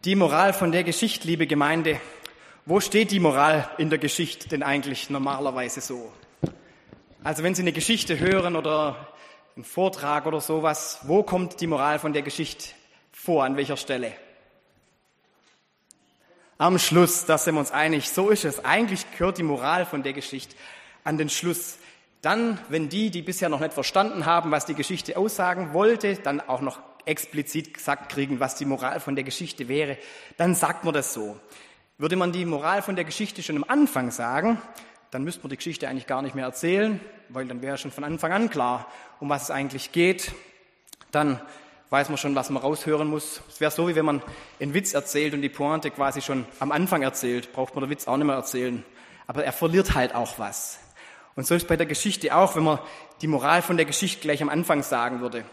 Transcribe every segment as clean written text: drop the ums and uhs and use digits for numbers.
Die Moral von der Geschichte, liebe Gemeinde. Wo steht die Moral in der Geschichte denn eigentlich normalerweise so? Also wenn Sie eine Geschichte hören oder einen Vortrag oder sowas, wo kommt die Moral von der Geschichte vor, an welcher Stelle? Am Schluss, da sind wir uns einig, so ist es. Eigentlich gehört die Moral von der Geschichte an den Schluss. Dann, wenn die bisher noch nicht verstanden haben, was die Geschichte aussagen wollte, dann auch noch explizit gesagt kriegen, was die Moral von der Geschichte wäre, dann sagt man das so. Würde man die Moral von der Geschichte schon am Anfang sagen, dann müsste man die Geschichte eigentlich gar nicht mehr erzählen, weil dann wäre schon von Anfang an klar, um was es eigentlich geht. Dann weiß man schon, was man raushören muss. Es wäre so, wie wenn man einen Witz erzählt und die Pointe quasi schon am Anfang erzählt, braucht man den Witz auch nicht mehr erzählen. Aber er verliert halt auch was. Und so ist es bei der Geschichte auch, wenn man die Moral von der Geschichte gleich am Anfang sagen würde.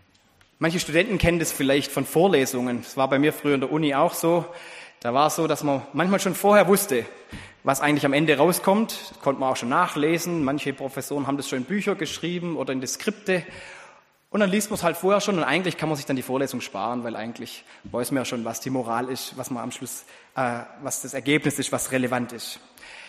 Manche Studenten kennen das vielleicht von Vorlesungen. Das war bei mir früher in der Uni auch so. Da war es so, dass man manchmal schon vorher wusste, was eigentlich am Ende rauskommt. Das konnte man auch schon nachlesen. Manche Professoren haben das schon in Bücher geschrieben oder in die Skripte. Und dann liest man es halt vorher schon und eigentlich kann man sich dann die Vorlesung sparen, weil eigentlich weiß man ja schon, was die Moral ist, was man am Schluss, was das Ergebnis ist, was relevant ist.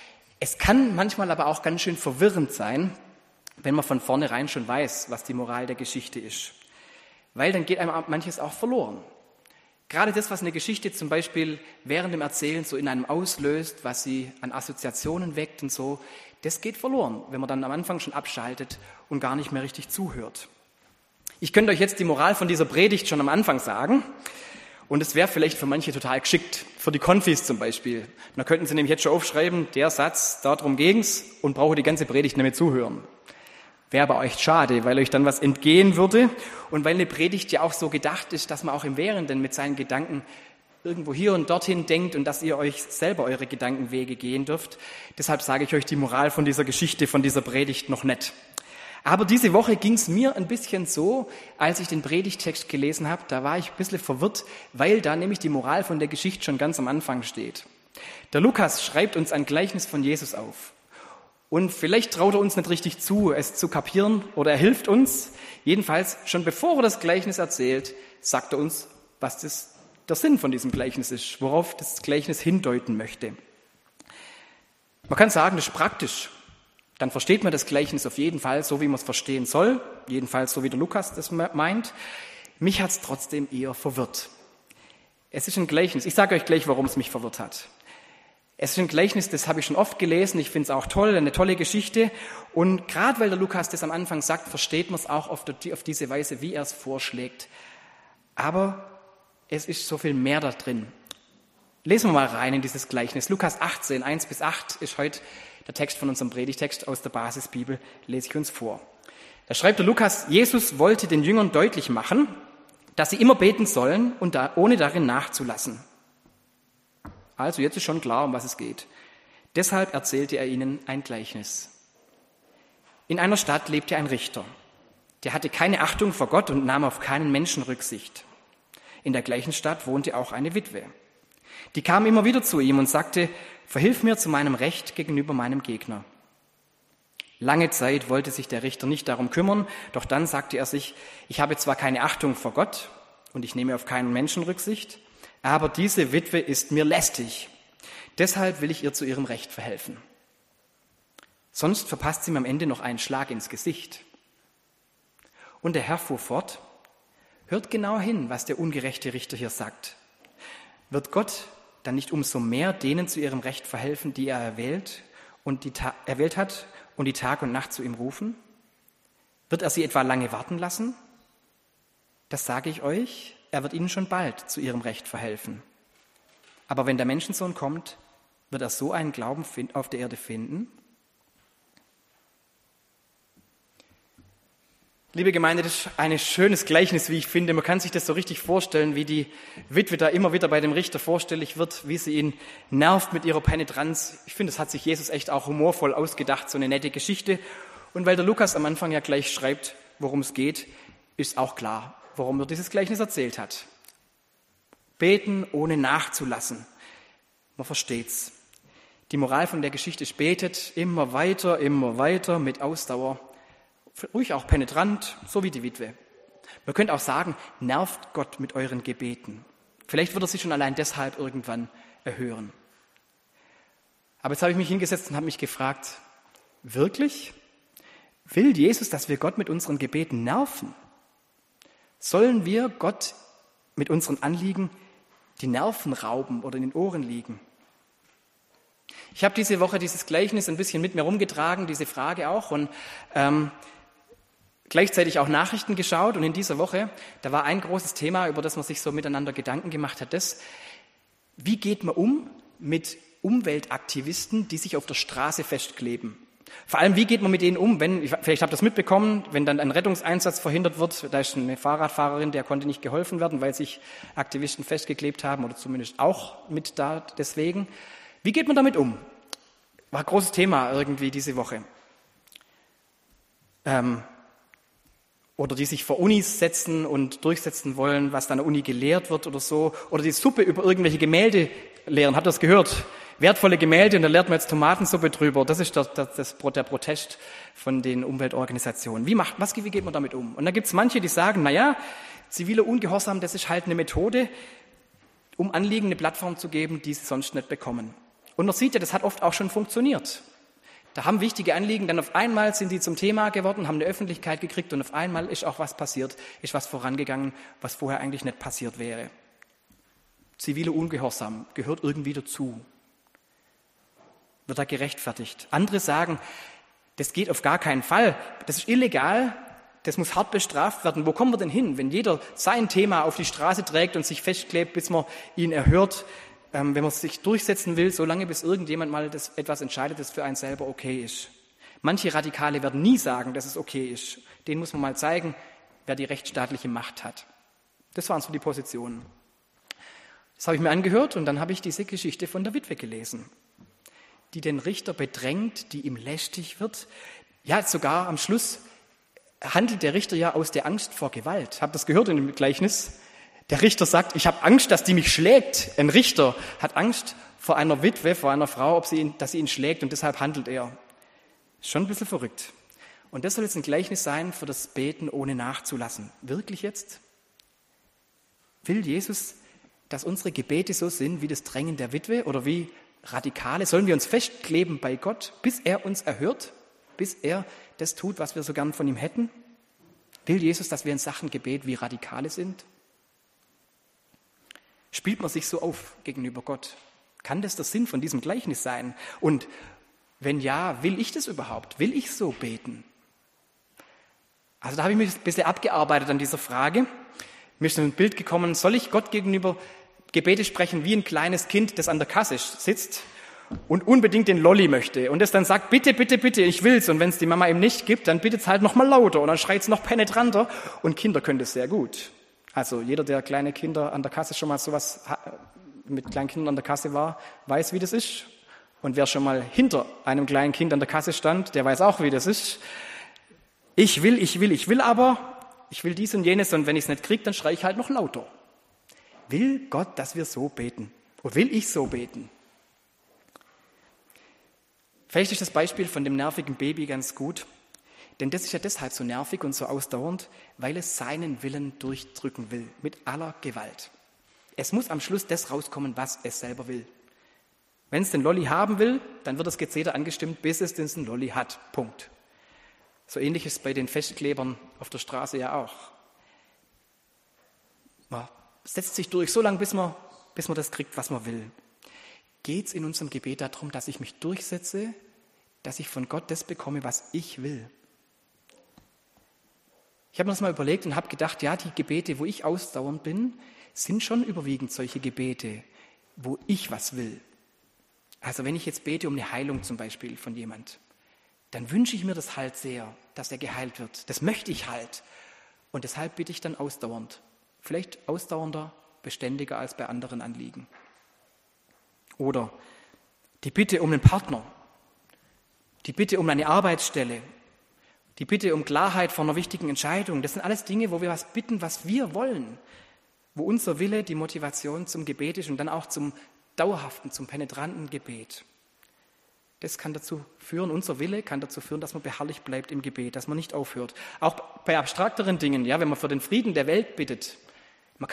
Es kann manchmal aber auch ganz schön verwirrend sein, wenn man von vornherein schon weiß, was die Moral der Geschichte ist. Weil dann geht einem manches auch verloren. Gerade das, was eine Geschichte zum Beispiel während dem Erzählen so in einem auslöst, was sie an Assoziationen weckt und so, das geht verloren, wenn man dann am Anfang schon abschaltet und gar nicht mehr richtig zuhört. Ich könnte euch jetzt die Moral von dieser Predigt schon am Anfang sagen und es wäre vielleicht für manche total geschickt, für die Konfis zum Beispiel. Da könnten sie nämlich jetzt schon aufschreiben, der Satz, darum ging's und brauche die ganze Predigt nicht mehr zuhören. Wäre aber echt schade, weil euch dann was entgehen würde und weil eine Predigt ja auch so gedacht ist, dass man auch im Währenden mit seinen Gedanken irgendwo hier und dorthin denkt und dass ihr euch selber eure Gedankenwege gehen dürft. Deshalb sage ich euch die Moral von dieser Geschichte, von dieser Predigt noch nicht. Aber diese Woche ging es mir ein bisschen so, als ich den Predigttext gelesen habe, da war ich ein bisschen verwirrt, weil da nämlich die Moral von der Geschichte schon ganz am Anfang steht. Der Lukas schreibt uns ein Gleichnis von Jesus auf. Und vielleicht traut er uns nicht richtig zu, es zu kapieren, oder er hilft uns. Jedenfalls, schon bevor er das Gleichnis erzählt, sagt er uns, was der Sinn von diesem Gleichnis ist, worauf das Gleichnis hindeuten möchte. Man kann sagen, das ist praktisch. Dann versteht man das Gleichnis auf jeden Fall so, wie man es verstehen soll, jedenfalls so, wie der Lukas das meint. Mich hat es trotzdem eher verwirrt. Es ist ein Gleichnis. Ich sage euch gleich, warum es mich verwirrt hat. Es ist ein Gleichnis, das habe ich schon oft gelesen, ich finde es auch toll, eine tolle Geschichte. Und gerade weil der Lukas das am Anfang sagt, versteht man es auch auf diese Weise, wie er es vorschlägt. Aber es ist so viel mehr da drin. Lesen wir mal rein in dieses Gleichnis. Lukas 18, 1-8 ist heute der Text von unserem Predigtext aus der Basisbibel, lese ich uns vor. Da schreibt der Lukas, Jesus wollte den Jüngern deutlich machen, dass sie immer beten sollen und ohne darin nachzulassen. Also jetzt ist schon klar, um was es geht. Deshalb erzählte er ihnen ein Gleichnis. In einer Stadt lebte ein Richter. Der hatte keine Achtung vor Gott und nahm auf keinen Menschen Rücksicht. In der gleichen Stadt wohnte auch eine Witwe. Die kam immer wieder zu ihm und sagte, verhilf mir zu meinem Recht gegenüber meinem Gegner. Lange Zeit wollte sich der Richter nicht darum kümmern, doch dann sagte er sich, ich habe zwar keine Achtung vor Gott und ich nehme auf keinen Menschen Rücksicht, aber diese Witwe ist mir lästig. Deshalb will ich ihr zu ihrem Recht verhelfen. Sonst verpasst sie mir am Ende noch einen Schlag ins Gesicht. Und der Herr fuhr fort, hört genau hin, was der ungerechte Richter hier sagt. Wird Gott dann nicht umso mehr denen zu ihrem Recht verhelfen, die er erwählt hat und die Tag und Nacht zu ihm rufen? Wird er sie etwa lange warten lassen? Das sage ich euch, er wird ihnen schon bald zu ihrem Recht verhelfen. Aber wenn der Menschensohn kommt, wird er so einen Glauben auf der Erde finden? Liebe Gemeinde, das ist ein schönes Gleichnis, wie ich finde. Man kann sich das so richtig vorstellen, wie die Witwe da immer wieder bei dem Richter vorstellig wird, wie sie ihn nervt mit ihrer Penetranz. Ich finde, das hat sich Jesus echt auch humorvoll ausgedacht, so eine nette Geschichte. Und weil der Lukas am Anfang ja gleich schreibt, worum es geht, ist auch klar, warum er dieses Gleichnis erzählt hat. Beten ohne nachzulassen. Man versteht's. Die Moral von der Geschichte ist, betet immer weiter mit Ausdauer. Ruhig auch penetrant, so wie die Witwe. Man könnte auch sagen, nervt Gott mit euren Gebeten. Vielleicht wird er sie schon allein deshalb irgendwann erhören. Aber jetzt habe ich mich hingesetzt und habe mich gefragt, wirklich? Will Jesus, dass wir Gott mit unseren Gebeten nerven? Sollen wir Gott mit unseren Anliegen die Nerven rauben oder in den Ohren liegen? Ich habe diese Woche dieses Gleichnis ein bisschen mit mir rumgetragen, diese Frage auch, und gleichzeitig auch Nachrichten geschaut. Und in dieser Woche, da war ein großes Thema, über das man sich so miteinander Gedanken gemacht hat, das, wie geht man um mit Umweltaktivisten, die sich auf der Straße festkleben? Vor allem, wie geht man mit denen um, vielleicht habt ihr das mitbekommen, wenn dann ein Rettungseinsatz verhindert wird, da ist eine Fahrradfahrerin, der konnte nicht geholfen werden, weil sich Aktivisten festgeklebt haben oder zumindest auch mit da deswegen. Wie geht man damit um? War ein großes Thema irgendwie diese Woche. Oder die sich vor Unis setzen und durchsetzen wollen, was dann an der Uni gelehrt wird oder so. Oder die Suppe über irgendwelche Gemälde lehren. Habt ihr das gehört? Wertvolle Gemälde und da lehrt man jetzt Tomatensuppe drüber. Das ist der Protest von den Umweltorganisationen. Wie geht man damit um? Und da gibt es manche, die sagen, ziviler Ungehorsam, das ist halt eine Methode, um Anliegen eine Plattform zu geben, die sie sonst nicht bekommen. Und man sieht ja, das hat oft auch schon funktioniert. Da haben wichtige Anliegen, dann auf einmal sind die zum Thema geworden, haben eine Öffentlichkeit gekriegt und auf einmal ist auch was passiert, ist was vorangegangen, was vorher eigentlich nicht passiert wäre. Ziviler Ungehorsam gehört irgendwie dazu. Wird da gerechtfertigt. Andere sagen, das geht auf gar keinen Fall, das ist illegal, das muss hart bestraft werden. Wo kommen wir denn hin, wenn jeder sein Thema auf die Straße trägt und sich festklebt, bis man ihn erhört, wenn man sich durchsetzen will, solange bis irgendjemand mal etwas entscheidet, das für einen selber okay ist. Manche Radikale werden nie sagen, dass es okay ist. Denen muss man mal zeigen, wer die rechtsstaatliche Macht hat. Das waren so die Positionen. Das habe ich mir angehört und dann habe ich diese Geschichte von der Witwe gelesen, die den Richter bedrängt, die ihm lästig wird. Ja, sogar am Schluss handelt der Richter ja aus der Angst vor Gewalt. Habt ihr das gehört in dem Gleichnis? Der Richter sagt, ich habe Angst, dass die mich schlägt. Ein Richter hat Angst vor einer Witwe, vor einer Frau, dass sie ihn schlägt und deshalb handelt er. Schon ein bisschen verrückt. Und das soll jetzt ein Gleichnis sein für das Beten ohne nachzulassen. Wirklich jetzt? Will Jesus, dass unsere Gebete so sind wie das Drängen der Witwe oder wie Radikale? Sollen wir uns festkleben bei Gott, bis er uns erhört? Bis er das tut, was wir so gern von ihm hätten? Will Jesus, dass wir in Sachen Gebet wie Radikale sind? Spielt man sich so auf gegenüber Gott? Kann das der Sinn von diesem Gleichnis sein? Und wenn ja, will ich das überhaupt? Will ich so beten? Also da habe ich mich ein bisschen abgearbeitet an dieser Frage. Mir ist ein Bild gekommen, soll ich Gott gegenüber Gebete sprechen wie ein kleines Kind, das an der Kasse sitzt und unbedingt den Lolli möchte und das dann sagt, bitte, bitte, bitte, ich will's. Und wenn es die Mama ihm nicht gibt, dann bittet es halt noch mal lauter und dann schreit es noch penetranter. Und Kinder können das sehr gut. Also jeder, der kleine Kinder an der Kasse schon mal sowas mit kleinen Kindern an der Kasse war, weiß, wie das ist. Und wer schon mal hinter einem kleinen Kind an der Kasse stand, der weiß auch, wie das ist. Ich will dies und jenes und wenn ich es nicht kriege, dann schreie ich halt noch lauter. Will Gott, dass wir so beten? Oder will ich so beten? Vielleicht ist das Beispiel von dem nervigen Baby ganz gut. Denn das ist ja deshalb so nervig und so ausdauernd, weil es seinen Willen durchdrücken will, mit aller Gewalt. Es muss am Schluss das rauskommen, was es selber will. Wenn es den Lolli haben will, dann wird das Gezeter angestimmt, bis es den Lolli hat. Punkt. So ähnlich ist es bei den Festklebern auf der Straße ja auch. Man setzt sich durch so lange, bis man das kriegt, was man will. Geht es in unserem Gebet darum, dass ich mich durchsetze, dass ich von Gott das bekomme, was ich will? Ich habe mir das mal überlegt und habe gedacht, ja, die Gebete, wo ich ausdauernd bin, sind schon überwiegend solche Gebete, wo ich was will. Also wenn ich jetzt bete um eine Heilung zum Beispiel von jemand, dann wünsche ich mir das halt sehr, dass er geheilt wird. Das möchte ich halt. Und deshalb bitte ich dann ausdauernd. Vielleicht ausdauernder, beständiger als bei anderen Anliegen. Oder die Bitte um einen Partner, die Bitte um eine Arbeitsstelle, die Bitte um Klarheit vor einer wichtigen Entscheidung. Das sind alles Dinge, wo wir was bitten, was wir wollen, wo unser Wille die Motivation zum Gebet ist und dann auch zum dauerhaften, zum penetranten Gebet. Das kann dazu führen, unser Wille kann dazu führen, dass man beharrlich bleibt im Gebet, dass man nicht aufhört. Auch bei abstrakteren Dingen, ja, wenn man für den Frieden der Welt bittet. Man kann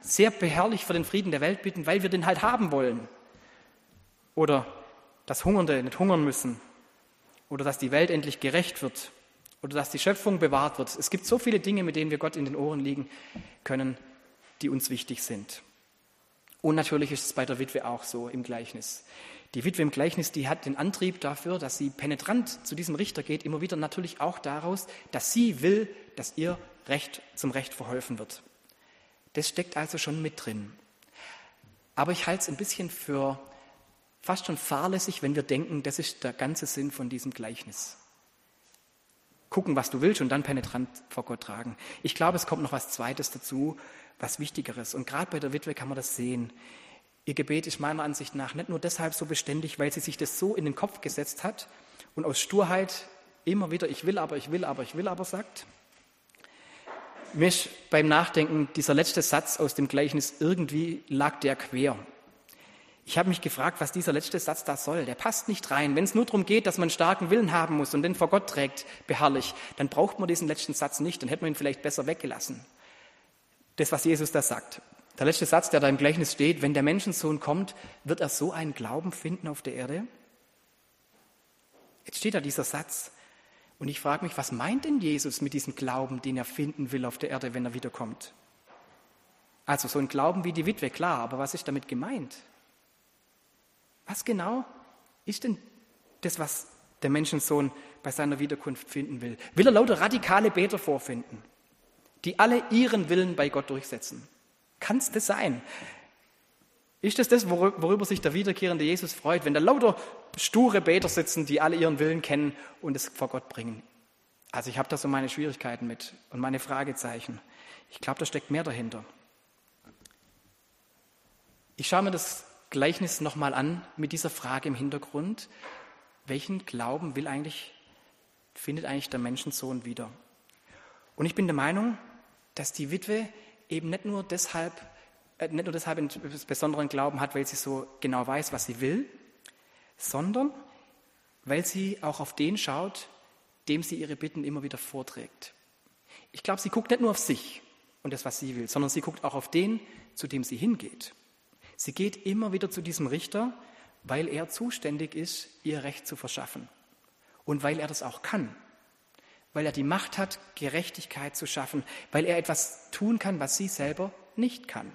sehr beharrlich für den Frieden der Welt bitten, weil wir den halt haben wollen. Oder dass Hungernde nicht hungern müssen. Oder dass die Welt endlich gerecht wird. Oder dass die Schöpfung bewahrt wird. Es gibt so viele Dinge, mit denen wir Gott in den Ohren liegen können, die uns wichtig sind. Und natürlich ist es bei der Witwe auch so im Gleichnis. Die Witwe im Gleichnis, die hat den Antrieb dafür, dass sie penetrant zu diesem Richter geht, immer wieder natürlich auch daraus, dass sie will, dass ihr Recht zum Recht verholfen wird. Das steckt also schon mit drin. Aber ich halte es ein bisschen für fast schon fahrlässig, wenn wir denken, das ist der ganze Sinn von diesem Gleichnis. Gucken, was du willst und dann penetrant vor Gott tragen. Ich glaube, es kommt noch was Zweites dazu, was Wichtigeres. Und gerade bei der Witwe kann man das sehen. Ihr Gebet ist meiner Ansicht nach nicht nur deshalb so beständig, weil sie sich das so in den Kopf gesetzt hat und aus Sturheit immer wieder ich will aber sagt. Mir ist beim Nachdenken dieser letzte Satz aus dem Gleichnis, irgendwie lag der quer. Ich habe mich gefragt, was dieser letzte Satz da soll. Der passt nicht rein. Wenn es nur darum geht, dass man einen starken Willen haben muss und den vor Gott trägt, beharrlich, dann braucht man diesen letzten Satz nicht. Dann hätte man ihn vielleicht besser weggelassen. Das, was Jesus da sagt. Der letzte Satz, der da im Gleichnis steht, wenn der Menschensohn kommt, wird er so einen Glauben finden auf der Erde? Jetzt steht da dieser Satz. Und ich frage mich, was meint denn Jesus mit diesem Glauben, den er finden will auf der Erde, wenn er wiederkommt? Also so ein Glauben wie die Witwe, klar, aber was ist damit gemeint? Was genau ist denn das, was der Menschensohn bei seiner Wiederkunft finden will? Will er lauter radikale Beter vorfinden, die alle ihren Willen bei Gott durchsetzen? Kann es das sein? Ist das, worüber sich der wiederkehrende Jesus freut, wenn da lauter sture Beter sitzen, die alle ihren Willen kennen und es vor Gott bringen? Also ich habe da so meine Schwierigkeiten mit und meine Fragezeichen. Ich glaube, da steckt mehr dahinter. Ich schaue mir das Gleichnis nochmal an mit dieser Frage im Hintergrund. Welchen Glauben findet eigentlich der Menschensohn wieder? Und ich bin der Meinung, dass die Witwe eben nicht nur deshalb einen besonderen Glauben hat, weil sie so genau weiß, was sie will, sondern weil sie auch auf den schaut, dem sie ihre Bitten immer wieder vorträgt. Ich glaube, sie guckt nicht nur auf sich und das, was sie will, sondern sie guckt auch auf den, zu dem sie hingeht. Sie geht immer wieder zu diesem Richter, weil er zuständig ist, ihr Recht zu verschaffen. Und weil er das auch kann. Weil er die Macht hat, Gerechtigkeit zu schaffen. Weil er etwas tun kann, was sie selber nicht kann.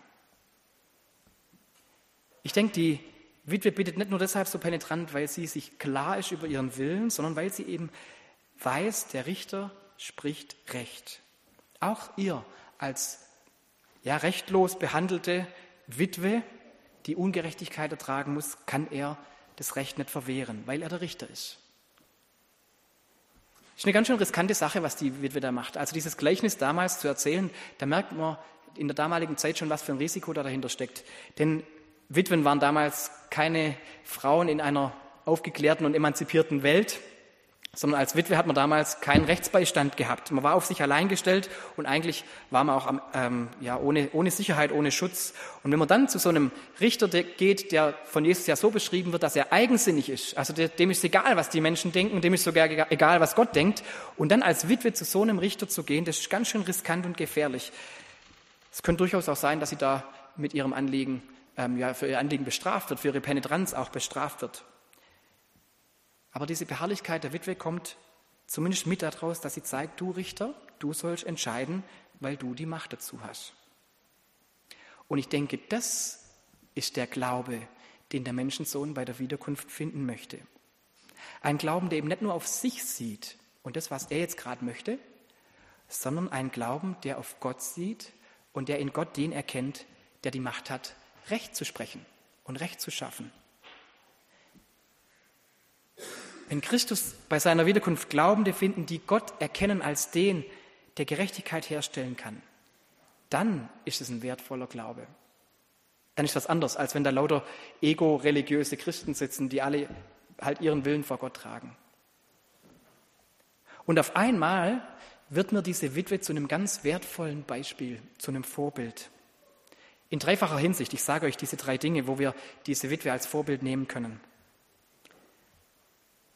Ich denke, die Witwe bittet nicht nur deshalb so penetrant, weil sie sich klar ist über ihren Willen, sondern weil sie eben weiß, der Richter spricht Recht. Auch ihr als rechtlos behandelte Witwe, die Ungerechtigkeit ertragen muss, kann er das Recht nicht verwehren, weil er der Richter ist. Das ist eine ganz schön riskante Sache, was die Witwe da macht. Also dieses Gleichnis damals zu erzählen, da merkt man in der damaligen Zeit schon, was für ein Risiko da dahinter steckt. Denn Witwen waren damals keine Frauen in einer aufgeklärten und emanzipierten Welt, sondern als Witwe hat man damals keinen Rechtsbeistand gehabt. Man war auf sich allein gestellt und eigentlich war man auch ohne Sicherheit, ohne Schutz. Und wenn man dann zu so einem Richter geht, der von Jesus ja so beschrieben wird, dass er eigensinnig ist, also dem ist egal, was die Menschen denken, dem ist sogar egal, was Gott denkt, und dann als Witwe zu so einem Richter zu gehen, das ist ganz schön riskant und gefährlich. Es könnte durchaus auch sein, dass sie da mit ihrem Anliegen für ihr Anliegen bestraft wird, für ihre Penetranz auch bestraft wird. Aber diese Beharrlichkeit der Witwe kommt zumindest mit daraus, dass sie zeigt, du Richter, du sollst entscheiden, weil du die Macht dazu hast. Und ich denke, das ist der Glaube, den der Menschensohn bei der Wiederkunft finden möchte. Ein Glauben, der eben nicht nur auf sich sieht und das, was er jetzt gerade möchte, sondern ein Glauben, der auf Gott sieht und der in Gott den erkennt, der die Macht hat, Recht zu sprechen und Recht zu schaffen. Wenn Christus bei seiner Wiederkunft Glaubende finden, die Gott erkennen als den, der Gerechtigkeit herstellen kann, dann ist es ein wertvoller Glaube. Dann ist das anders, als wenn da lauter ego-religiöse Christen sitzen, die alle halt ihren Willen vor Gott tragen. Und auf einmal wird mir diese Witwe zu einem ganz wertvollen Beispiel, zu einem Vorbild. In dreifacher Hinsicht. Ich sage euch diese 3 Dinge, wo wir diese Witwe als Vorbild nehmen können.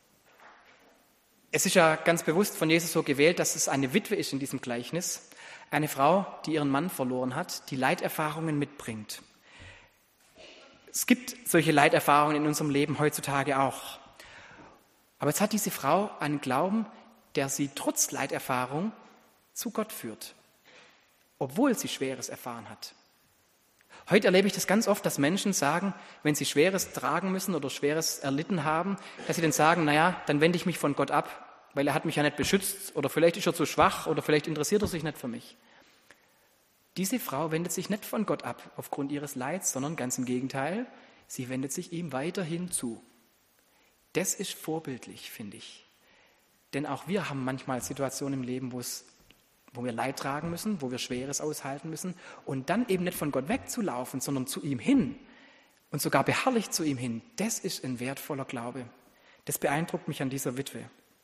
Es ist ja ganz bewusst von Jesus so gewählt, dass es eine Witwe ist in diesem Gleichnis. eine Frau, die ihren Mann verloren hat, die Leiterfahrungen mitbringt. Es gibt solche Leiterfahrungen in unserem Leben heutzutage auch. Aber jetzt hat diese Frau einen Glauben, der sie trotz Leiterfahrung zu Gott führt, obwohl sie Schweres erfahren hat. Heute erlebe ich das ganz oft, dass Menschen sagen, wenn sie Schweres tragen müssen oder Schweres erlitten haben, dass sie dann sagen, naja, dann wende ich mich von Gott ab, weil er hat mich ja nicht beschützt oder vielleicht ist er zu schwach oder vielleicht interessiert er sich nicht für mich. Diese Frau wendet sich nicht von Gott ab aufgrund ihres Leids, sondern ganz im Gegenteil, sie wendet sich ihm weiterhin zu. Das ist vorbildlich, finde ich. Denn auch wir haben manchmal Situationen im Leben, wo wir Leid tragen müssen, wo wir Schweres aushalten müssen und dann eben nicht von Gott wegzulaufen, sondern zu ihm hin und sogar beharrlich zu ihm hin. Das ist ein wertvoller Glaube. Das beeindruckt mich an dieser Witwe.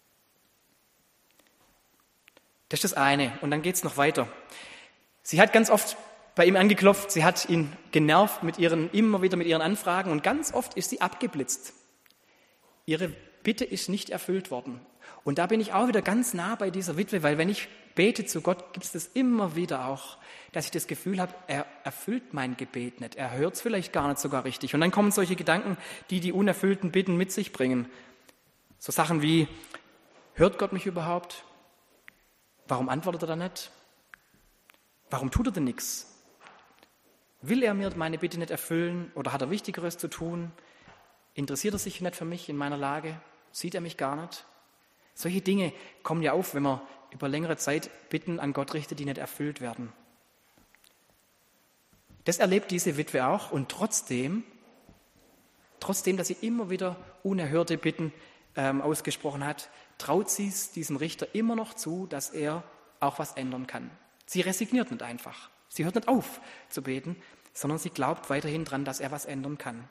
Das ist das eine. Und dann geht es noch weiter. Sie hat ganz oft bei ihm angeklopft, sie hat ihn genervt immer wieder mit ihren Anfragen und ganz oft ist sie abgeblitzt. Ihre Bitte ist nicht erfüllt worden. Und da bin ich auch wieder ganz nah bei dieser Witwe, weil wenn ich bete zu Gott, gibt es das immer wieder auch, dass ich das Gefühl habe, er erfüllt mein Gebet nicht, er hört es vielleicht gar nicht sogar richtig. Und dann kommen solche Gedanken, die die unerfüllten Bitten mit sich bringen. So Sachen wie, hört Gott mich überhaupt? Warum antwortet er da nicht? Warum tut er denn nichts? Will er mir meine Bitte nicht erfüllen oder hat er Wichtigeres zu tun? Interessiert er sich nicht für mich in meiner Lage? Sieht er mich gar nicht? Solche Dinge kommen ja auf, wenn man über längere Zeit Bitten an Gott richtet, die nicht erfüllt werden. Das erlebt diese Witwe auch und trotzdem, dass sie immer wieder unerhörte Bitten ausgesprochen hat, traut sie es diesem Richter immer noch zu, dass er auch was ändern kann. Sie resigniert nicht einfach. Sie hört nicht auf zu beten, sondern sie glaubt weiterhin dran, dass er was ändern kann.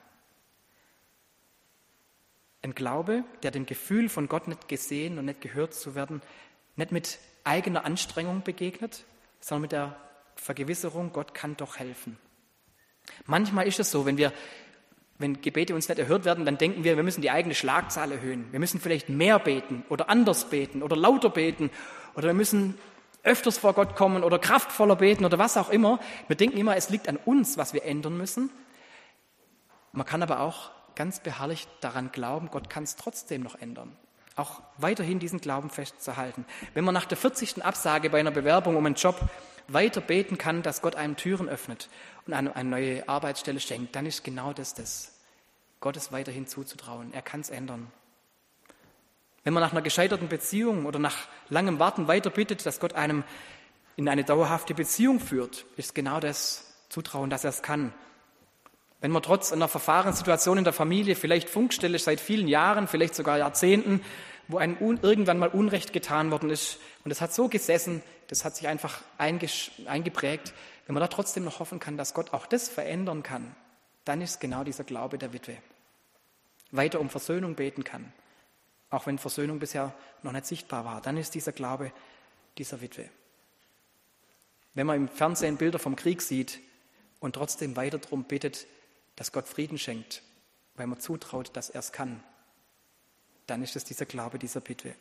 Ein Glaube, der dem Gefühl von Gott nicht gesehen und nicht gehört zu werden, nicht mit eigener Anstrengung begegnet, sondern mit der Vergewisserung, Gott kann doch helfen. Manchmal ist es so, wenn Gebete uns nicht erhört werden, dann denken wir müssen die eigene Schlagzahl erhöhen. Wir müssen vielleicht mehr beten oder anders beten oder lauter beten oder wir müssen öfters vor Gott kommen oder kraftvoller beten oder was auch immer. Wir denken immer, es liegt an uns, was wir ändern müssen. Man kann aber auch ganz beharrlich daran glauben, Gott kann es trotzdem noch ändern. Auch weiterhin diesen Glauben festzuhalten. Wenn man nach der 40. Absage bei einer Bewerbung um einen Job weiter beten kann, dass Gott einem Türen öffnet und eine neue Arbeitsstelle schenkt, dann ist genau das. Gott ist weiterhin zuzutrauen. Er kann es ändern. Wenn man nach einer gescheiterten Beziehung oder nach langem Warten weiter bittet, dass Gott einem in eine dauerhafte Beziehung führt, ist genau das Zutrauen, dass er es kann. Wenn man trotz einer Verfahrenssituation in der Familie vielleicht Funkstelle ist seit vielen Jahren, vielleicht sogar Jahrzehnten, wo einem irgendwann mal Unrecht getan worden ist und es hat so gesessen, das hat sich einfach eingeprägt, wenn man da trotzdem noch hoffen kann, dass Gott auch das verändern kann, dann ist genau dieser Glaube der Witwe. Weiter um Versöhnung beten kann, auch wenn Versöhnung bisher noch nicht sichtbar war, dann ist dieser Glaube dieser Witwe. Wenn man im Fernsehen Bilder vom Krieg sieht und trotzdem weiter darum bittet, dass Gott Frieden schenkt, weil man zutraut, dass er es kann, dann ist es dieser Glaube dieser Witwe.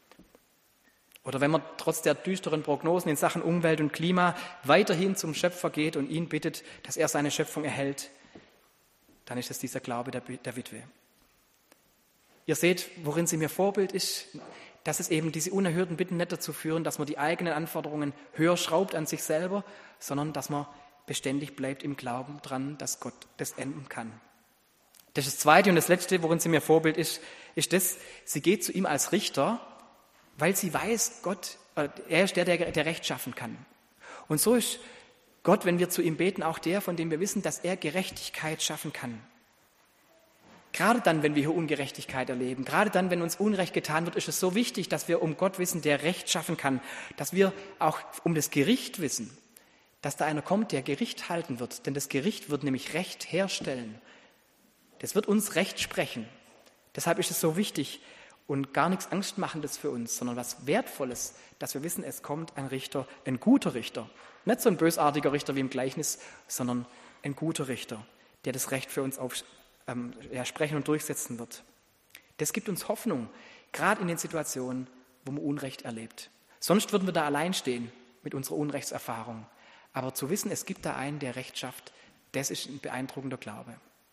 Oder wenn man trotz der düsteren Prognosen in Sachen Umwelt und Klima weiterhin zum Schöpfer geht und ihn bittet, dass er seine Schöpfung erhält, dann ist es dieser Glaube der Witwe. Ihr seht, worin sie mir Vorbild ist, dass es eben diese unerhörten Bitten nicht dazu führen, dass man die eigenen Anforderungen höher schraubt an sich selber, sondern dass man beständig bleibt im Glauben dran, dass Gott das ändern kann. Das ist das Zweite und das Letzte, worin sie mir Vorbild ist das, sie geht zu ihm als Richter, weil sie weiß, Gott, er ist der Recht schaffen kann. Und so ist Gott, wenn wir zu ihm beten, auch der, von dem wir wissen, dass er Gerechtigkeit schaffen kann. Gerade dann, wenn wir hier Ungerechtigkeit erleben, gerade dann, wenn uns Unrecht getan wird, ist es so wichtig, dass wir um Gott wissen, der Recht schaffen kann, dass wir auch um das Gericht wissen, dass da einer kommt, der Gericht halten wird, denn das Gericht wird nämlich Recht herstellen. Das wird uns Recht sprechen. Deshalb ist es so wichtig und gar nichts Angstmachendes für uns, sondern was Wertvolles, dass wir wissen, es kommt ein Richter, ein guter Richter. Nicht so ein bösartiger Richter wie im Gleichnis, sondern ein guter Richter, der das Recht für uns sprechen und durchsetzen wird. Das gibt uns Hoffnung, gerade in den Situationen, wo man Unrecht erlebt. Sonst würden wir da allein stehen. mit unserer Unrechtserfahrung. Aber zu wissen, es gibt da einen, der Recht schafft, das ist ein beeindruckender Glaube.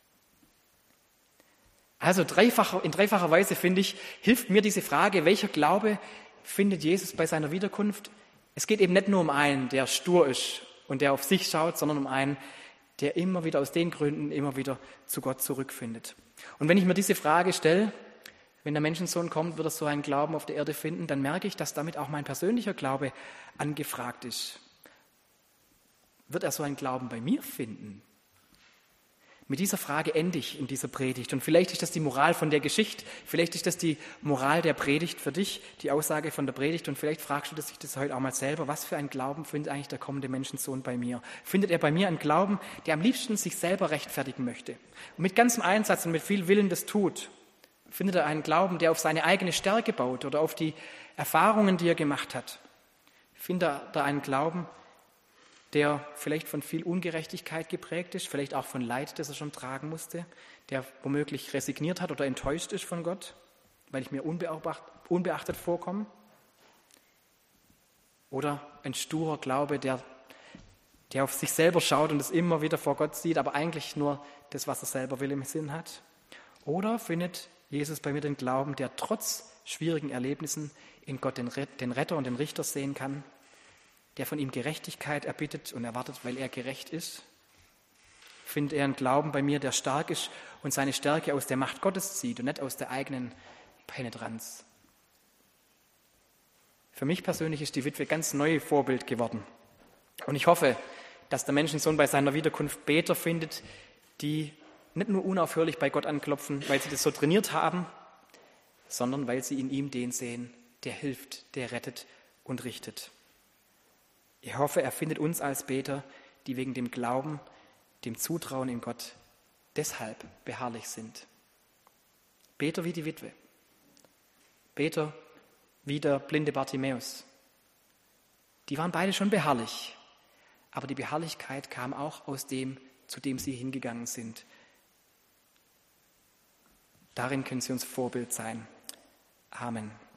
Also in dreifacher Weise, finde ich, hilft mir diese Frage, welcher Glaube findet Jesus bei seiner Wiederkunft? Es geht eben nicht nur um einen, der stur ist und der auf sich schaut, sondern um einen, der immer wieder aus den Gründen immer wieder zu Gott zurückfindet. Und wenn ich mir diese Frage stelle, wenn der Menschensohn kommt, wird er so einen Glauben auf der Erde finden, dann merke ich, dass damit auch mein persönlicher Glaube angefragt ist. Wird er so einen Glauben bei mir finden? Mit dieser Frage ende ich in dieser Predigt. Und vielleicht ist das die Moral von der Geschichte, vielleicht ist das die Moral der Predigt für dich, die Aussage von der Predigt. Und vielleicht fragst du dich das heute auch mal selber, was für einen Glauben findet eigentlich der kommende Menschensohn bei mir? Findet er bei mir einen Glauben, der am liebsten sich selber rechtfertigen möchte und mit ganzem Einsatz und mit viel Willen das tut? Findet er einen Glauben, der auf seine eigene Stärke baut oder auf die Erfahrungen, die er gemacht hat? Findet er da einen Glauben, der vielleicht von viel Ungerechtigkeit geprägt ist, vielleicht auch von Leid, das er schon tragen musste, der womöglich resigniert hat oder enttäuscht ist von Gott, weil ich mir unbeachtet vorkomme? Oder ein sturer Glaube, der auf sich selber schaut und es immer wieder vor Gott sieht, aber eigentlich nur das, was er selber will, im Sinn hat? Oder findet Jesus bei mir den Glauben, der trotz schwierigen Erlebnissen in Gott den Retter und den Richter sehen kann, der von ihm Gerechtigkeit erbittet und erwartet, weil er gerecht ist? Findet er einen Glauben bei mir, der stark ist und seine Stärke aus der Macht Gottes zieht und nicht aus der eigenen Penetranz? Für mich persönlich ist die Witwe ganz neu Vorbild geworden. Und ich hoffe, dass der Menschensohn bei seiner Wiederkunft Beter findet, die nicht nur unaufhörlich bei Gott anklopfen, weil sie das so trainiert haben, sondern weil sie in ihm den sehen, der hilft, der rettet und richtet. Ich hoffe, er findet uns als Beter, die wegen dem Glauben, dem Zutrauen in Gott deshalb beharrlich sind. Beter wie die Witwe. Beter wie der blinde Bartimäus. Die waren beide schon beharrlich, aber die Beharrlichkeit kam auch aus dem, zu dem sie hingegangen sind. Darin können sie uns Vorbild sein. Amen.